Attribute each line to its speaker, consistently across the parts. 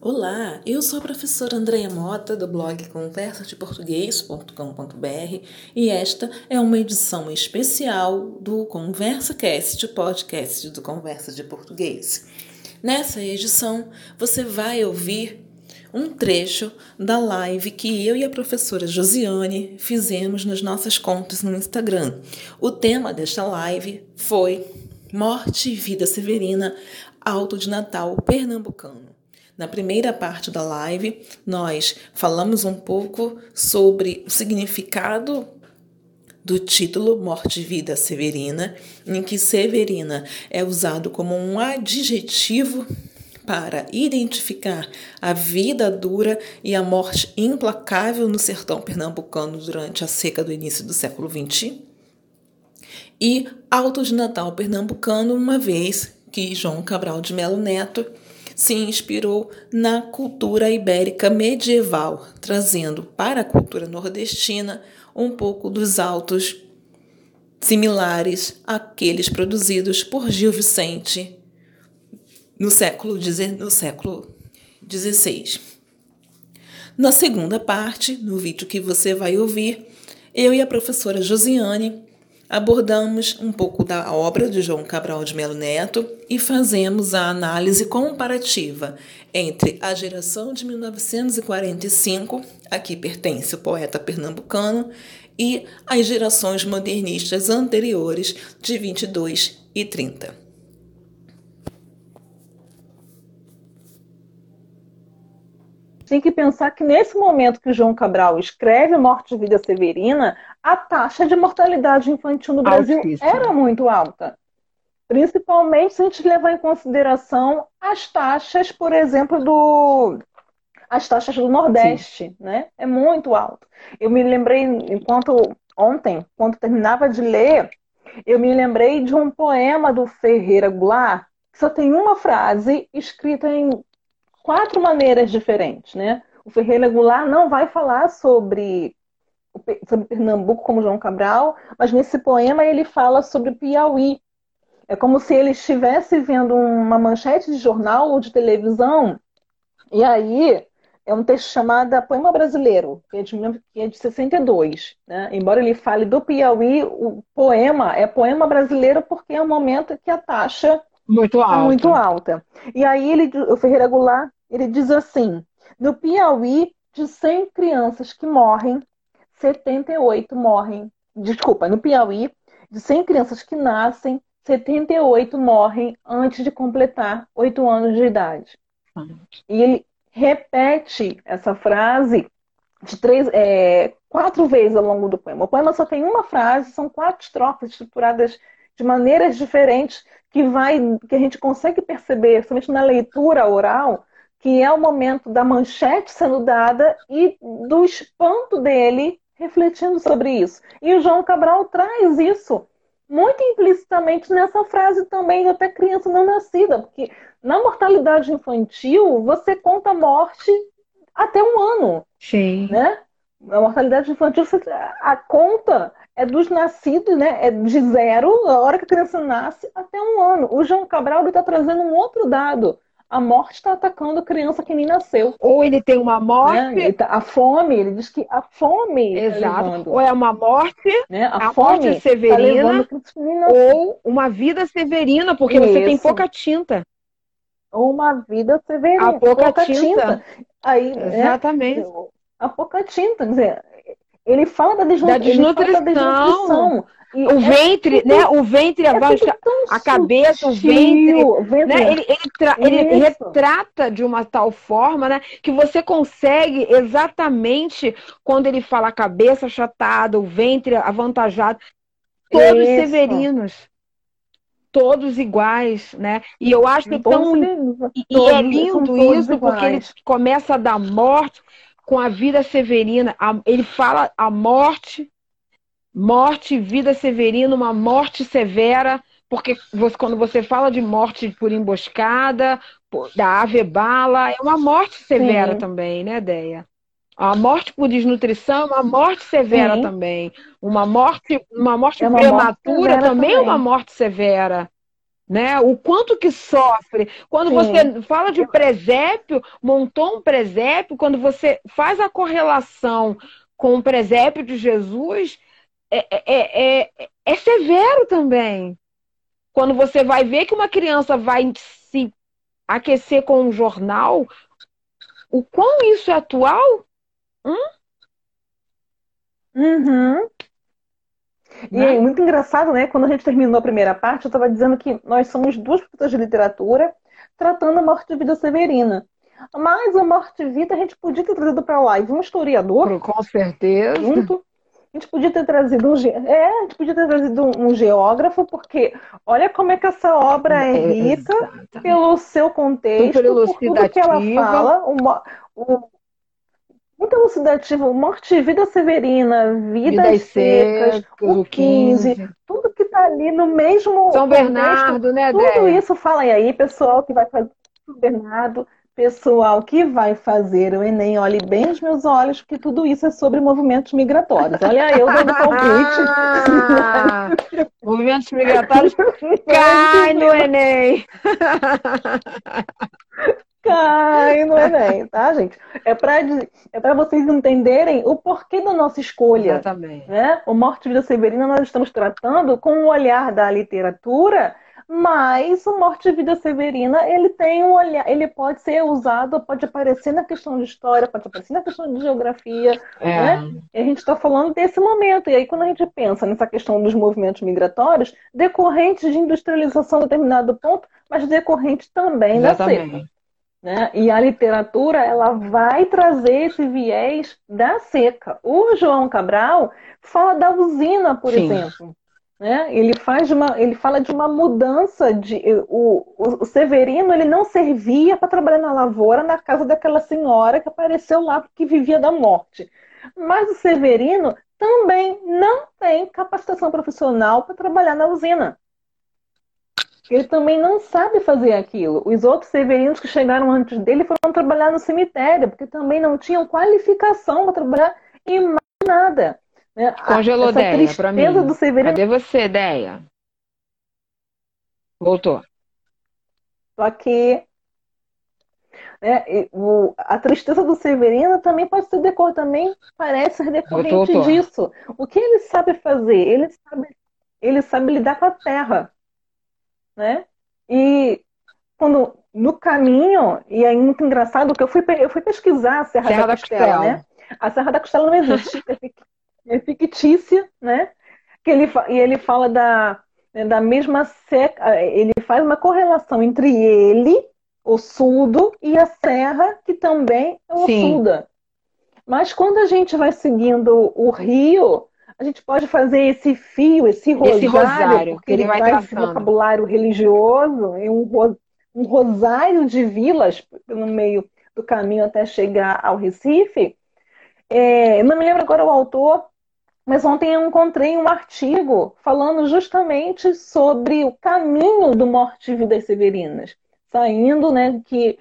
Speaker 1: Olá, eu sou a professora Andreia Mota, do blog conversadeportuguês.com.br e esta é uma edição especial do ConversaCast, o podcast do Conversa de Português. Nessa edição, você vai ouvir um trecho da live que eu e a professora Josiane fizemos nas nossas contas no Instagram. O tema desta live foi Morte e Vida Severina, Alto de Natal Pernambucano. Na primeira parte da live, nós falamos um pouco sobre o significado do título Morte e Vida Severina, em que Severina é usado como um adjetivo para identificar a vida dura e a morte implacável no sertão pernambucano durante a seca do início do século XX. E Alto de Natal Pernambucano, uma vez que João Cabral de Melo Neto se inspirou na cultura ibérica medieval, trazendo para a cultura nordestina um pouco dos altos similares àqueles produzidos por Gil Vicente no século XVI. Na segunda parte, no vídeo que você vai ouvir, eu e a professora Josiane abordamos um pouco da obra de João Cabral de Melo Neto e fazemos a análise comparativa entre a geração de 1945, a que pertence o poeta pernambucano, e as gerações modernistas anteriores de 22 e 30.
Speaker 2: Tem que pensar que nesse momento que o João Cabral escreve Morte e Vida Severina, a taxa de mortalidade infantil no Brasil era muito alta. Principalmente se a gente levar em consideração as taxas, por exemplo, as taxas do Nordeste, né? É muito alto. Eu me lembrei, ontem, quando terminava de ler, eu me lembrei de um poema do Ferreira Goulart, que só tem uma frase escrita em 4 maneiras diferentes, né? O Ferreira Goulart não vai falar sobre Pernambuco como João Cabral, mas nesse poema ele fala sobre Piauí. É como se ele estivesse vendo uma manchete de jornal ou de televisão, e aí é um texto chamado Poema Brasileiro, que é de 62. Né? Embora ele fale do Piauí, o poema é poema brasileiro porque é um momento que a taxa é muito alta. E aí o Ferreira Goulart, ele diz assim: no Piauí, de 100 crianças que morrem, 78 morrem. Desculpa, no Piauí, de 100 crianças que nascem, 78 morrem antes de completar 8 anos de idade. E ele repete essa frase de 4 vezes ao longo do poema. O poema só tem uma frase, são 4 estrofes estruturadas de maneiras diferentes que a gente consegue perceber, somente na leitura oral, que é o momento da manchete sendo dada e do espanto dele refletindo sobre isso. E o João Cabral traz isso muito implicitamente nessa frase também, até criança não nascida, porque na mortalidade infantil você conta a morte até 1 ano.
Speaker 3: Sim.
Speaker 2: Né? A mortalidade infantil, a conta é dos nascidos, né? É de 0, a hora que a criança nasce, até 1 ano. O João Cabral está trazendo um outro dado. A morte está atacando a criança que nem nasceu.
Speaker 3: Ou ele tem uma morte...
Speaker 2: Né? A fome, ele diz que a fome...
Speaker 3: Exato. Ou é uma morte,
Speaker 2: né?
Speaker 3: a morte severina, ou uma vida severina, porque você tem pouca tinta.
Speaker 2: Ou uma vida severina.
Speaker 3: A pouca tinta.
Speaker 2: Aí,
Speaker 3: exatamente.
Speaker 2: Né? A pouca tinta, quer dizer, ele fala da
Speaker 3: desnutrição. O ventre, né? O ventre abaixo, a cabeça, o ventre. Né? Ele retrata de uma tal forma, né? Que você consegue exatamente, quando ele fala a cabeça achatada, o ventre avantajado, todos severinos. Todos iguais, né? E eu acho que é lindo isso, porque ele começa da morte com a vida severina. Ele fala a morte e vida severina, uma morte severa, porque quando você fala de morte por emboscada, da ave bala, é uma morte severa também, né, Deia? A morte por desnutrição é uma morte severa também. Uma morte prematura também é uma morte severa. né? O quanto que sofre. Quando
Speaker 2: Sim.
Speaker 3: você fala de presépio, montou um presépio, quando você faz a correlação com o presépio de Jesus, é severo também. Quando você vai ver que uma criança vai se aquecer com um jornal, o quão isso é atual?
Speaker 2: Uhum. E é muito engraçado, né? Quando a gente terminou a primeira parte, eu estava dizendo que nós somos duas professoras de literatura tratando a morte e vida severina. Mas a morte e vida a gente podia ter trazido para lá. E um historiador,
Speaker 3: Com certeza.
Speaker 2: junto, a gente podia ter trazido a gente podia ter trazido um geógrafo, porque olha como é que essa obra é rica pelo seu contexto, por tudo que ela fala, muito elucidativo, Morte e Vida Severina, Vidas Secas, o 15, tudo que está ali no mesmo
Speaker 3: São
Speaker 2: contexto,
Speaker 3: Bernardo, né,
Speaker 2: tudo
Speaker 3: Déia?
Speaker 2: isso, fala aí, pessoal que vai fazer São Bernardo, pessoal que vai fazer o Enem, olhe bem nos meus olhos, porque tudo isso é sobre movimentos migratórios. Olha eu dando palpite.
Speaker 3: Movimentos migratórios cai no Enem.
Speaker 2: Cai no Enem, tá, gente? É para vocês entenderem o porquê da nossa escolha.
Speaker 3: Exatamente.
Speaker 2: Né? O Morte e Vida Severina nós estamos tratando com o olhar da literatura, mas o Morte e Vida Severina ele tem um olhar, ele pode ser usado, pode aparecer na questão de história, pode aparecer na questão de geografia, né? E a gente está falando desse momento. E aí quando a gente pensa nessa questão dos movimentos migratórios, decorrentes de industrialização a determinado ponto, mas decorrentes também da seca. Né? E a literatura ela vai trazer esse viés da seca. O João Cabral fala da usina, por exemplo. Né? Ele fala de uma mudança. O Severino ele não servia para trabalhar na lavoura na casa daquela senhora que apareceu lá porque vivia da morte. Mas o Severino também não tem capacitação profissional para trabalhar na usina. Ele também não sabe fazer aquilo. Os outros severinos que chegaram antes dele foram trabalhar no cemitério, porque também não tinham qualificação para trabalhar em mais nada. Né?
Speaker 3: Congelou, Déia, para mim.
Speaker 2: Do Severino...
Speaker 3: Cadê você, Déia? Voltou.
Speaker 2: Tô aqui. A tristeza do Severino também pode ser também parece ser decorrente disso. O que ele sabe fazer? Ele sabe lidar com a terra. Né? E quando no caminho, e é muito engraçado que eu fui pesquisar a Serra da Costela, né? A Serra da Costela não existe, é fictícia, né? E ele fala da mesma seca, ele faz uma correlação entre ele, Ossudo, e a serra, que também é Ossuda. Mas quando a gente vai seguindo o rio, a gente pode fazer esse fio, esse rosário porque ele vai esse vocabulário religioso, e um rosário de vilas no meio do caminho até chegar ao Recife. Eu não me lembro agora o autor, mas ontem eu encontrei um artigo falando justamente sobre o caminho do Morte e Vidas Severinas, saindo, né,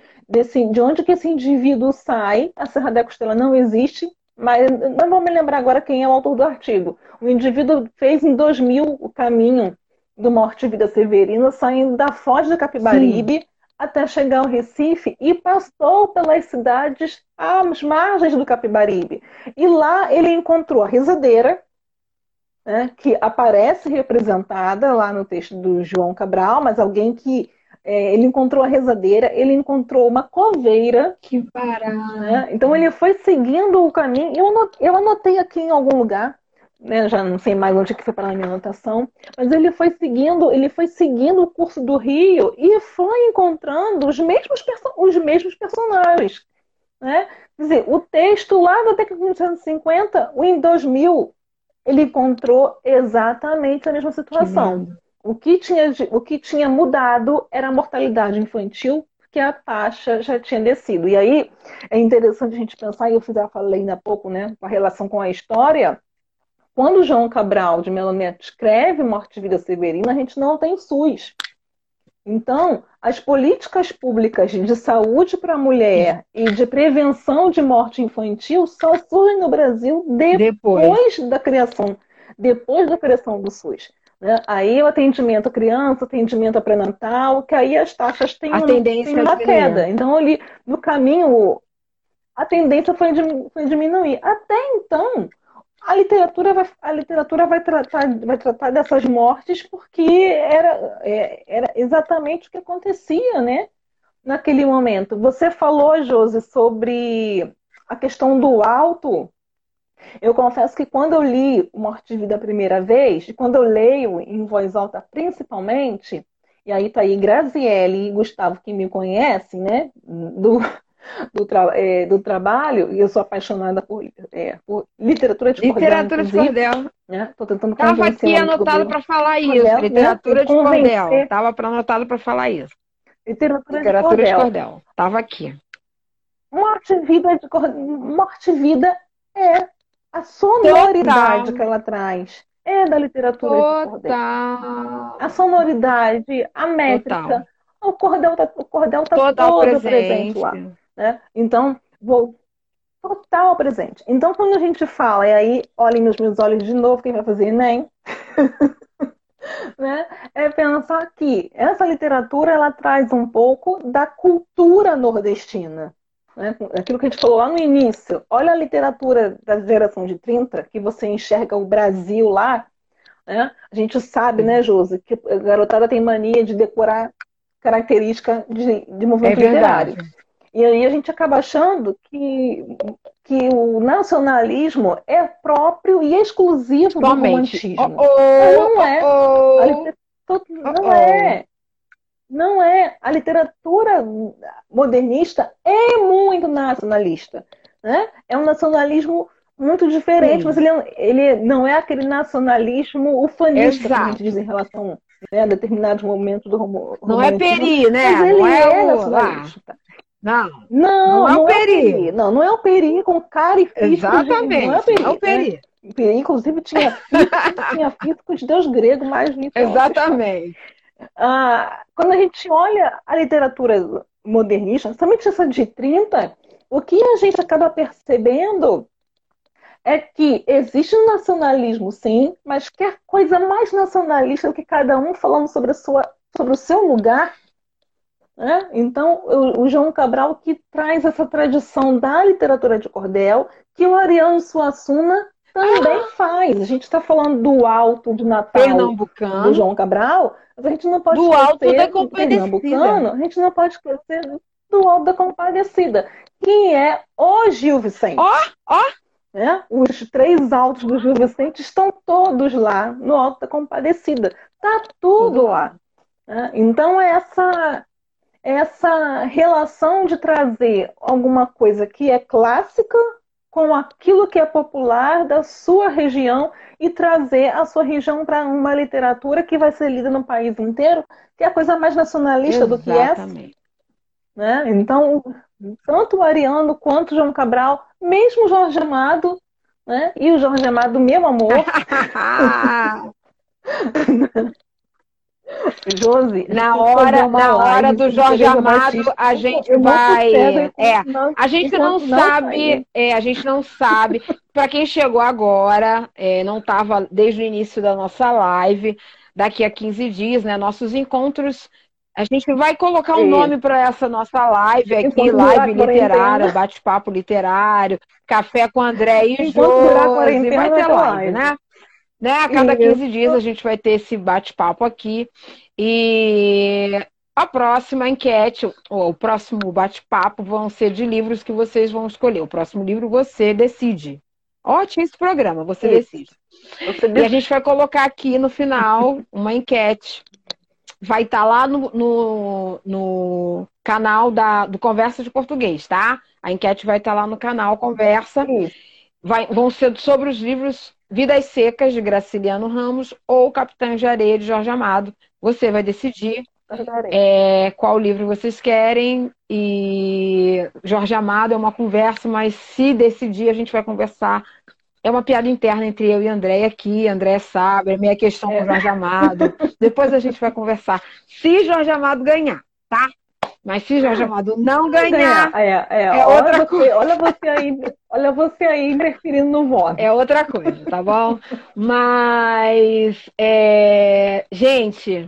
Speaker 2: de onde que esse indivíduo sai. A Serra da Costela não existe, mas não vou me lembrar agora quem é o autor do artigo. O indivíduo fez em 2000 o caminho do Morte e Vida Severina, saindo da Foz do Capibaribe até chegar ao Recife e passou pelas cidades às margens do Capibaribe. E lá ele encontrou a rezadeira, né, que aparece representada lá no texto do João Cabral, mas alguém que ele encontrou a rezadeira, ele encontrou uma coveira.
Speaker 3: Que barato!
Speaker 2: Né? Então ele foi seguindo o caminho. Eu anotei aqui em algum lugar, né? Já não sei mais onde que foi para a minha anotação, mas ele foi seguindo o curso do rio e foi encontrando os mesmos personagens. Né? Quer dizer, o texto lá da década de 1950, o em 2000, ele encontrou exatamente a mesma situação. O que tinha mudado era a mortalidade infantil, porque a taxa já tinha descido. E aí é interessante a gente pensar, e eu falei ainda há pouco, né, com a relação com a história, quando João Cabral de Melo Neto escreve Morte e Vida Severina, a gente não tem SUS. Então, as políticas públicas de saúde para a mulher e de prevenção de morte infantil só surgem no Brasil depois da criação do SUS. né? Aí o atendimento à criança, atendimento à pré-natal, que aí as taxas têm uma queda. Então, ali no caminho, a tendência foi diminuir. Até então, a literatura vai tratar dessas mortes porque era exatamente o que acontecia, né? Naquele momento. Você falou, Josi, sobre a questão do alto. Eu confesso que quando eu li Morte e Vida a primeira vez, e quando eu leio em voz alta principalmente, e aí tá aí Graziele e Gustavo que me conhecem, né, do trabalho, e eu sou apaixonada por literatura de cordel.
Speaker 3: Literatura de cordel.
Speaker 2: Né? Tô tentando
Speaker 3: Estava aqui anotado para falar isso. Literatura de cordel. Estava anotado para falar isso.
Speaker 2: Literatura de cordel.
Speaker 3: Estava aqui.
Speaker 2: Morte e Vida é a sonoridade que ela traz. É da literatura de cordel. A sonoridade, a métrica. O cordel está todo presente lá. Né? Então, total presente. Então, quando a gente fala, e aí, olhem nos meus olhos de novo, quem vai fazer Enem, né? É pensar que essa literatura ela traz um pouco da cultura nordestina. Né? Aquilo que a gente falou lá no início. Olha a literatura da geração de 30, que você enxerga o Brasil lá. Né? A gente sabe, né, Josi, que a garotada tem mania de decorar característica de movimento literário. E aí a gente acaba achando que o nacionalismo é próprio e exclusivo do romantismo. Não é. Não é. Não é. A literatura modernista é muito nacionalista. Né? É um nacionalismo muito diferente, mas ele não é aquele nacionalismo ufanista que a gente diz em relação a determinados momentos do romantismo.
Speaker 3: Não é Peri, né?
Speaker 2: Mas ele é nacionalista. Não é o Peri. Não é o Peri com cara e físico.
Speaker 3: Exatamente.
Speaker 2: Não é o Peri.
Speaker 3: É o Peri.
Speaker 2: O Peri, inclusive, tinha físico de deus grego mais mitológico.
Speaker 3: Exatamente.
Speaker 2: Quando a gente olha a literatura modernista, somente essa de 30, o que a gente acaba percebendo é que existe um nacionalismo, sim, mas quer coisa mais nacionalista do que cada um falando sobre o seu lugar. Né? Então, o João Cabral que traz essa tradição da literatura de cordel, que o Ariano Suassuna também faz. A gente está falando do Alto de Natal do João Cabral, mas a gente não pode esquecer do Pernambucano, a gente não pode esquecer do Alto da Compadecida, que é o Gil Vicente. Né? Os 3 altos do Gil Vicente estão todos lá no Alto da Compadecida. Está tudo lá. Né? Então, essa relação de trazer alguma coisa que é clássica com aquilo que é popular da sua região e trazer a sua região para uma literatura que vai ser lida no país inteiro, que é a coisa mais nacionalista do que essa. Né? Então, tanto o Ariano quanto o João Cabral, mesmo o Jorge Amado, né? E o Jorge Amado, meu amor. Josi,
Speaker 3: na hora do Jorge Amado, a gente vai. A gente não sabe. Para quem chegou agora, não estava desde o início da nossa live, daqui a 15 dias, né? Nossos encontros. A gente vai colocar um nome para essa nossa live aqui, live literária, bate-papo literário, café com André e Josi, vai ter live, né? A cada 15 dias a gente vai ter esse bate-papo aqui. E a próxima enquete, ou o próximo bate-papo vão ser de livros que vocês vão escolher. O próximo livro você decide. Ótimo esse programa, você decide. E a gente vai colocar aqui no final uma enquete. Vai estar lá no canal do Conversa de Português, tá? A enquete vai estar lá no canal Conversa. Vão ser sobre os livros Vidas Secas, de Graciliano Ramos, ou Capitães de Areia, de Jorge Amado. Você vai decidir qual livro vocês querem. E Jorge Amado é uma conversa, mas se decidir, a gente vai conversar. É uma piada interna entre eu e André aqui. André sabe, é minha questão com Jorge Amado. Depois a gente vai conversar. Se Jorge Amado ganhar, tá? Mas se Jorge Amado não ganhar, é outra coisa.
Speaker 2: Olha você aí interferindo no voto.
Speaker 3: É outra coisa, tá bom? Mas, gente,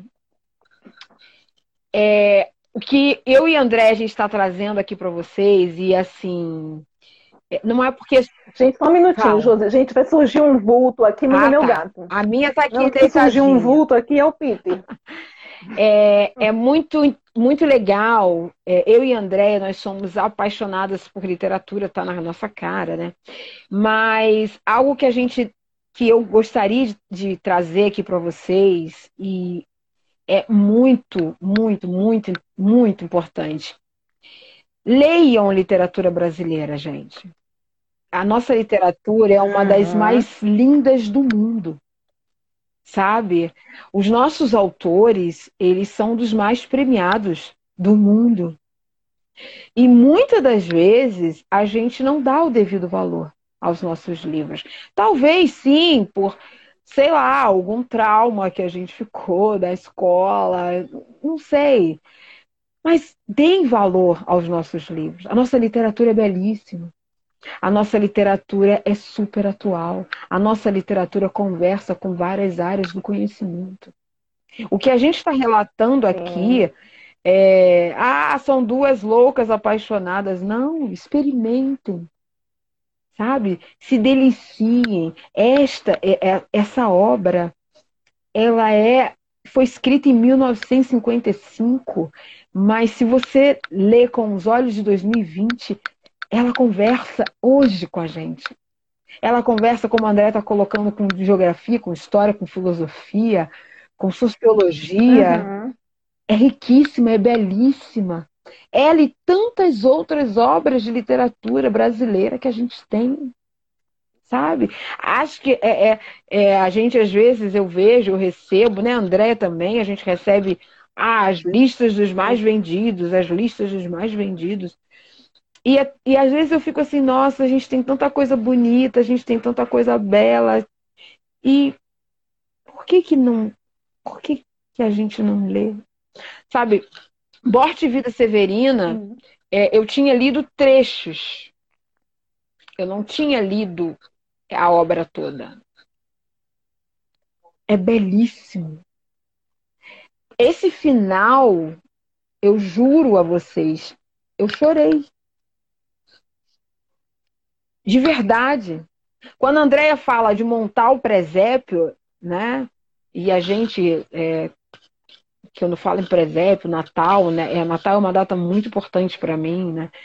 Speaker 3: o que eu e André a gente está trazendo aqui para vocês, e assim, não é porque...
Speaker 2: Gente, só um minutinho, José. Gente, vai surgir um vulto aqui no meu gato.
Speaker 3: A minha tá aqui
Speaker 2: deitadinha. Vai surgir um vulto aqui, é o Peter.
Speaker 3: É muito, muito legal. Eu e a Andréia, nós somos apaixonadas por literatura, tá na nossa cara, né? Mas algo que eu gostaria de trazer aqui para vocês, e é muito, muito, muito, muito importante. Leiam literatura brasileira, gente. A nossa literatura é uma das mais lindas do mundo. Sabe? Os nossos autores, eles são dos mais premiados do mundo. E muitas das vezes a gente não dá o devido valor aos nossos livros. Talvez sim, por, sei lá, algum trauma que a gente ficou da escola, não sei. Mas deem valor aos nossos livros. A nossa literatura é belíssima. A nossa literatura é super atual. A nossa literatura conversa com várias áreas do conhecimento. O que a gente está relatando aqui são duas loucas apaixonadas. Não, experimentem. Sabe? Se deliciem. Essa obra, foi escrita em 1955, mas se você lê com os olhos de 2020, ela conversa hoje com a gente. Ela conversa, como a André está colocando, com geografia, com história, com filosofia, com sociologia. É riquíssima, é belíssima. Ela e tantas outras obras de literatura brasileira que a gente tem. Sabe? Acho que a gente, às vezes, eu recebo, né, André também, a gente recebe as listas dos mais vendidos, as listas dos mais vendidos. E às vezes eu fico assim, nossa, a gente tem tanta coisa bonita, a gente tem tanta coisa bela. E por que a gente não lê? Sabe, Morte e Vida Severina, eu tinha lido trechos. Eu não tinha lido a obra toda. É belíssimo. Esse final, eu juro a vocês, eu chorei. De verdade. Quando a Andréia fala de montar o presépio, né? E a gente, que eu não falo em presépio, Natal, né? Natal é uma data muito importante para mim, né?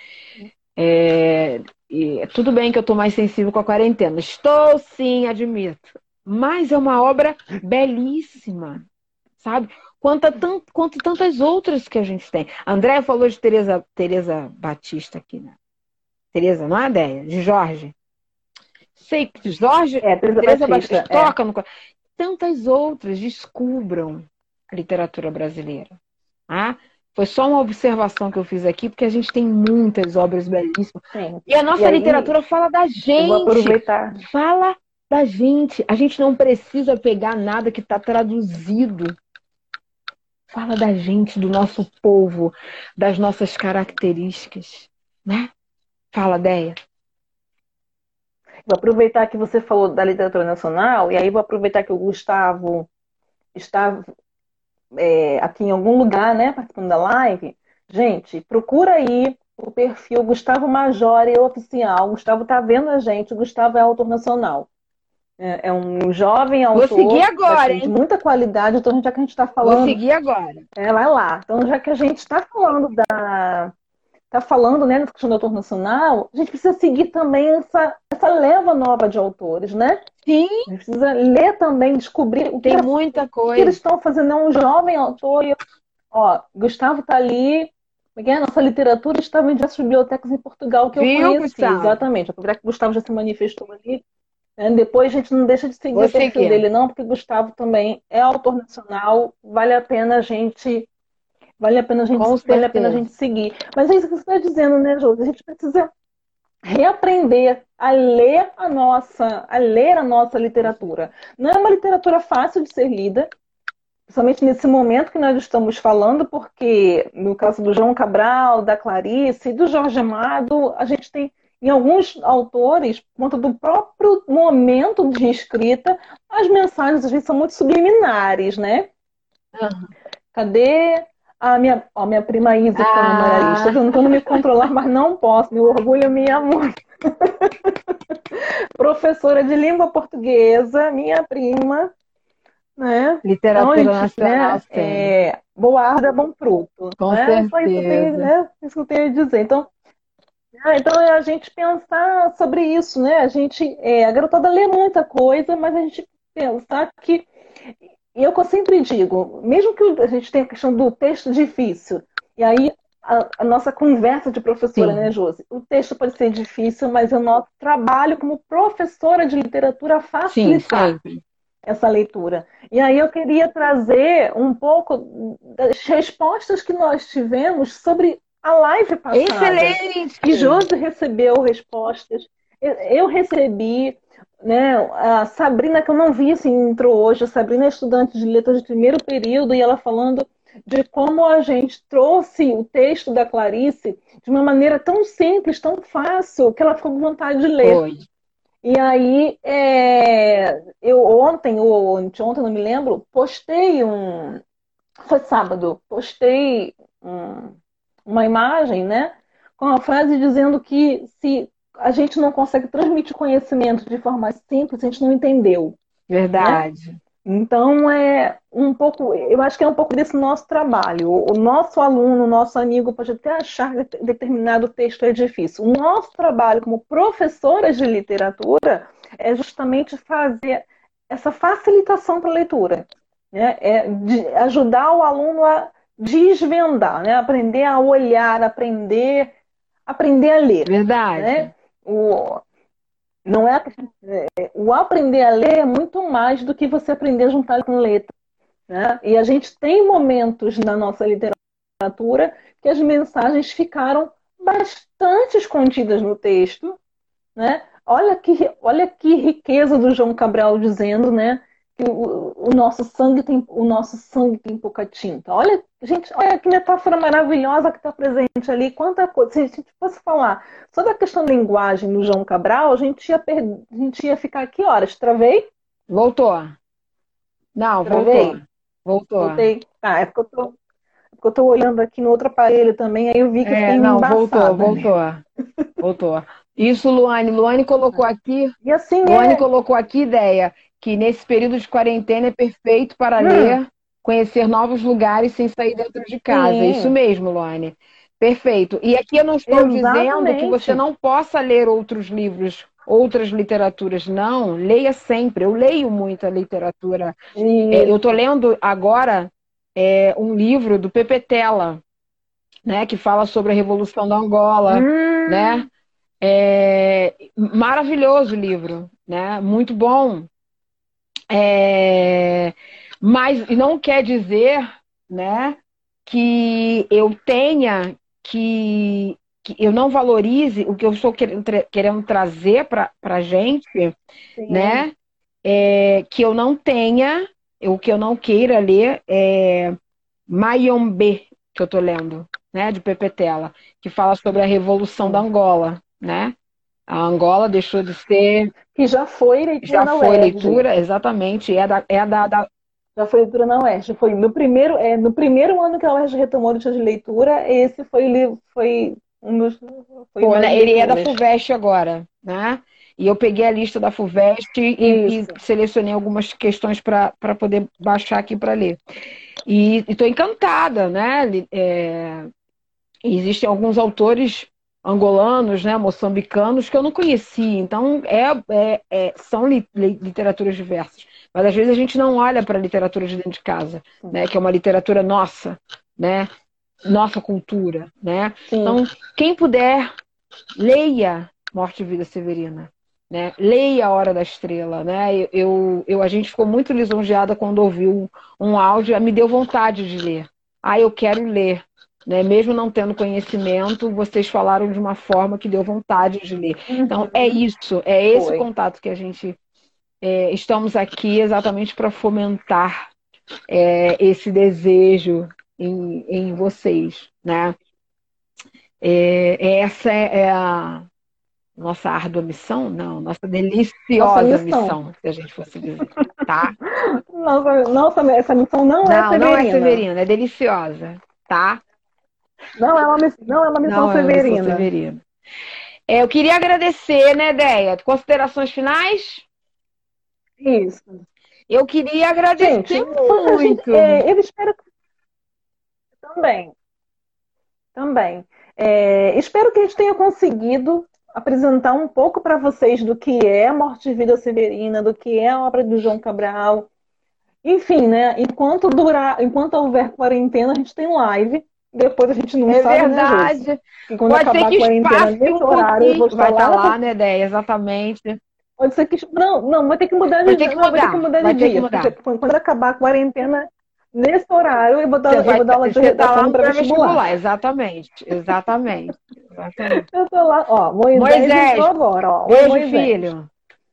Speaker 3: E tudo bem que eu estou mais sensível com a quarentena. Estou, sim, admito. Mas é uma obra belíssima, sabe? Quanto tantas outras que a gente tem. A Andréia falou de Teresa Batista aqui, né? Teresa, não é a ideia? De Jorge. Sei que Jorge, Teresa Batista toca no... Tantas outras, descubram a literatura brasileira. Foi só uma observação que eu fiz aqui, porque a gente tem muitas obras belíssimas. Sim. E a nossa literatura fala da gente.
Speaker 2: Vou aproveitar.
Speaker 3: Fala da gente. A gente não precisa pegar nada que está traduzido. Fala da gente, do nosso povo, das nossas características, né? Fala, Déia.
Speaker 2: Vou aproveitar que você falou da literatura nacional, e aí vou aproveitar que o Gustavo está aqui em algum lugar, né, participando da live. Gente, procura aí o perfil Gustavo Majori Oficial. O Gustavo está vendo a gente, o Gustavo é autor nacional. É um jovem autor.
Speaker 3: Vou seguir agora, hein?
Speaker 2: De muita qualidade, então já que a gente está falando...
Speaker 3: Vou seguir agora.
Speaker 2: Vai lá. Então, já que a gente está falando né, na questão do autor nacional, a gente precisa seguir também essa leva nova de autores, né?
Speaker 3: Sim.
Speaker 2: A gente precisa ler também, descobrir
Speaker 3: o que muita coisa.
Speaker 2: O que eles estão fazendo. É um jovem autor. Gustavo está ali. Nossa literatura estava em diversas bibliotecas em Portugal que eu conheci.
Speaker 3: Gustavo?
Speaker 2: Exatamente. Apesar que o Gustavo já se manifestou ali. Depois a gente não deixa de seguir o perfil dele, não, porque o Gustavo também é autor nacional. Vale a pena a gente seguir. Mas é isso que você está dizendo, né, Josi? A gente precisa reaprender a ler a nossa literatura. Não é uma literatura fácil de ser lida, principalmente nesse momento que nós estamos falando, porque no caso do João Cabral, da Clarice e do Jorge Amado, a gente tem, em alguns autores, por conta do próprio momento de escrita, as mensagens às vezes são muito subliminares, né? Cadê minha prima Isa, que é memorialista? Eu não estou me controlar, mas não posso, meu orgulho me ama. Professora de língua portuguesa, minha prima, né?
Speaker 3: Literatura
Speaker 2: então,
Speaker 3: nacional,
Speaker 2: boa árvore é bom fruto.
Speaker 3: Com
Speaker 2: né?
Speaker 3: certeza.
Speaker 2: Isso que eu tenho a dizer. Então é a gente pensar sobre isso, né? A garotada lê muita coisa, mas a gente pensar que, e eu sempre digo, mesmo que a gente tenha a questão do texto difícil, e aí a nossa conversa de professora, né, Josi? O texto pode ser difícil, mas é o nosso trabalho como professora de literatura facilitar essa leitura. E aí eu queria trazer um pouco das respostas que nós tivemos sobre a live passada.
Speaker 3: Excelente!
Speaker 2: E Josi recebeu respostas. Eu recebi, né? A Sabrina, que eu não vi, assim, entrou hoje. A Sabrina é estudante de letras de primeiro período e ela falando de como a gente trouxe o texto da Clarice de uma maneira tão simples, tão fácil, que ela ficou com vontade de ler.
Speaker 3: Foi.
Speaker 2: E aí, eu ontem, ou anteontem, não me lembro, postei foi sábado, postei uma imagem, né, com a frase dizendo que se a gente não consegue transmitir conhecimento de forma simples, a gente não entendeu.
Speaker 3: Verdade.
Speaker 2: Né? Então, eu acho que é um pouco desse nosso trabalho. O nosso aluno, o nosso amigo pode até achar que determinado texto é difícil. O nosso trabalho como professoras de literatura é justamente fazer essa facilitação para a leitura. Né? De ajudar o aluno a desvendar, né? Aprender a olhar, aprender a ler.
Speaker 3: Verdade.
Speaker 2: Né? Não é, o aprender a ler é muito mais do que você aprender a juntar com letra. Né? E a gente tem momentos na nossa literatura que as mensagens ficaram bastante escondidas no texto. Né? Olha que riqueza do João Cabral dizendo, né, que o nosso sangue tem pouca tinta. Olha, gente, olha que metáfora maravilhosa que está presente ali. Quanta coisa. Se a gente fosse falar sobre a questão da linguagem do João Cabral, a gente ia ficar aqui horas. Travei?
Speaker 3: Voltou. Não,
Speaker 2: Travei?
Speaker 3: Voltou.
Speaker 2: Voltei. É porque eu tô olhando aqui no outro aparelho também, aí eu vi que tem embaçado.
Speaker 3: Voltou. Isso, Luane colocou aqui.
Speaker 2: E assim
Speaker 3: Luane colocou aqui ideia que nesse período de quarentena é perfeito para ler, conhecer novos lugares sem sair dentro de casa. Isso mesmo, Luane. Perfeito. E aqui eu não estou dizendo que você não possa ler outros livros, outras literaturas. Não, leia sempre. Eu leio muita literatura. Eu estou lendo agora um livro do Pepe Tela, né, que fala sobre a Revolução da Angola, né? Maravilhoso o livro, né? Muito bom. Mas não quer dizer, né, que eu tenha que eu não valorize o que eu estou querendo trazer para a gente, né? Que eu não tenha, o que eu não queira ler Mayombe, que eu estou lendo, né, de Pepe Tela, que fala sobre a Revolução da Angola, né? A Angola deixou de ser...
Speaker 2: Que já foi leitura na UERJ.
Speaker 3: Já foi leitura, exatamente.
Speaker 2: Já foi leitura na UERJ. Foi no primeiro ano que a UERJ retomou a lista de leitura, esse foi o livro,
Speaker 3: né? Ele é da FUVEST agora, né? E eu peguei a lista da FUVEST e selecionei algumas questões para poder baixar aqui para ler. E estou encantada, né? Existem alguns autores angolanos, né, moçambicanos, que eu não conhecia. Então, são literaturas diversas. Mas, às vezes, a gente não olha para a literatura de dentro de casa, né, que é uma literatura nossa, né, nossa cultura. Né? Então, quem puder, leia Morte e Vida Severina. Né? Leia A Hora da Estrela. Né? A gente ficou muito lisonjeada quando ouviu um áudio, me deu vontade de ler. Eu quero ler. Né? Mesmo não tendo conhecimento, vocês falaram de uma forma que deu vontade de ler. Então, é esse contato que a gente estamos aqui exatamente para fomentar, esse desejo em vocês, né? Essa é a nossa árdua missão? Não, nossa deliciosa missão, se a gente fosse dizer, tá?
Speaker 2: Essa missão não é severina.
Speaker 3: Não é severina, é deliciosa, tá?
Speaker 2: Não é uma missão severina.
Speaker 3: Eu queria agradecer, né, Déia? Considerações finais?
Speaker 2: Isso.
Speaker 3: Eu queria agradecer muito.
Speaker 2: Eu espero que... Também. Espero que a gente tenha conseguido apresentar um pouco para vocês do que é a Morte e Vida Severina, do que é a obra do João Cabral. Enfim, né? Enquanto houver quarentena, a gente tem live. Depois a gente não sabe,
Speaker 3: verdade.
Speaker 2: Né, e quando
Speaker 3: pode
Speaker 2: acabar
Speaker 3: ser que
Speaker 2: a quarentena, nesse horário, eu vou
Speaker 3: estar lá, né, Déia? Exatamente.
Speaker 2: Pode ser que... Não, vai ter que mudar de dia. Vai ter que mudar de dia. Porque quando acabar a quarentena, nesse horário, eu vou dar aula de redação para vestibular.
Speaker 3: Exatamente.
Speaker 2: Eu tô lá, ó, Moisés entrou agora, ó.
Speaker 3: Beijo, filho.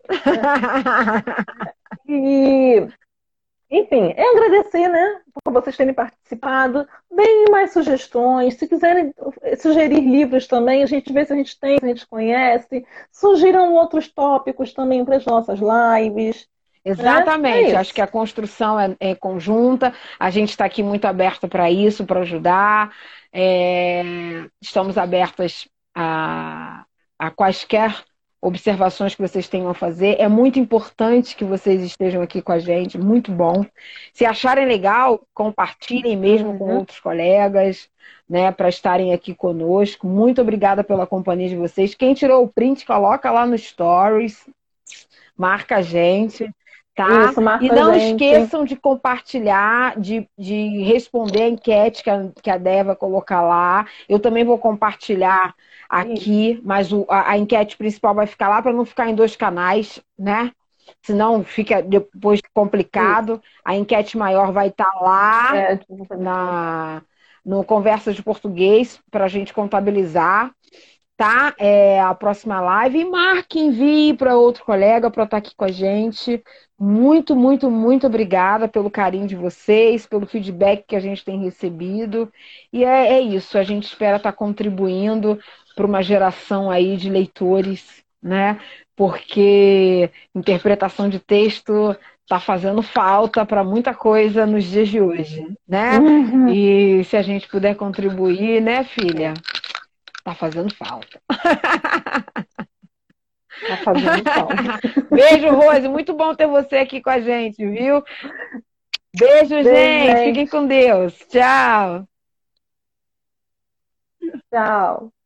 Speaker 2: E, enfim, agradecer, né, por vocês terem participado. Deem mais sugestões. Se quiserem sugerir livros também, a gente vê se a gente tem, se a gente conhece. Sugiram outros tópicos também para as nossas lives.
Speaker 3: Exatamente, acho que a construção é conjunta, a gente está aqui muito aberto para isso, para ajudar, estamos abertas a quaisquer observações que vocês tenham a fazer. É muito importante que vocês estejam aqui com a gente, muito bom. Se acharem legal, compartilhem mesmo com outros colegas, né, para estarem aqui conosco. Muito obrigada pela companhia de vocês. Quem tirou o print, coloca lá no Stories, marca a gente. Tá?
Speaker 2: Isso,
Speaker 3: e não esqueçam de compartilhar, de responder a enquete que a Déia vai colocar lá. Eu também vou compartilhar aqui, mas a enquete principal vai ficar lá para não ficar em 2 canais, né? Senão fica depois complicado. A enquete maior vai estar lá no Conversa de Português para a gente contabilizar. Tá? A próxima live. E marque, envie para outro colega para estar aqui com a gente. Muito, muito, muito obrigada pelo carinho de vocês, pelo feedback que a gente tem recebido. E é isso, a gente espera estar contribuindo para uma geração aí de leitores, né? Porque interpretação de texto está fazendo falta para muita coisa nos dias de hoje, né? E se a gente puder contribuir, né, filha? Tá fazendo falta.
Speaker 2: Tá fazendo falta.
Speaker 3: Beijo, Rose. Muito bom ter você aqui com a gente, viu? Beijo, gente. Fiquem com Deus. Tchau.
Speaker 2: Tchau.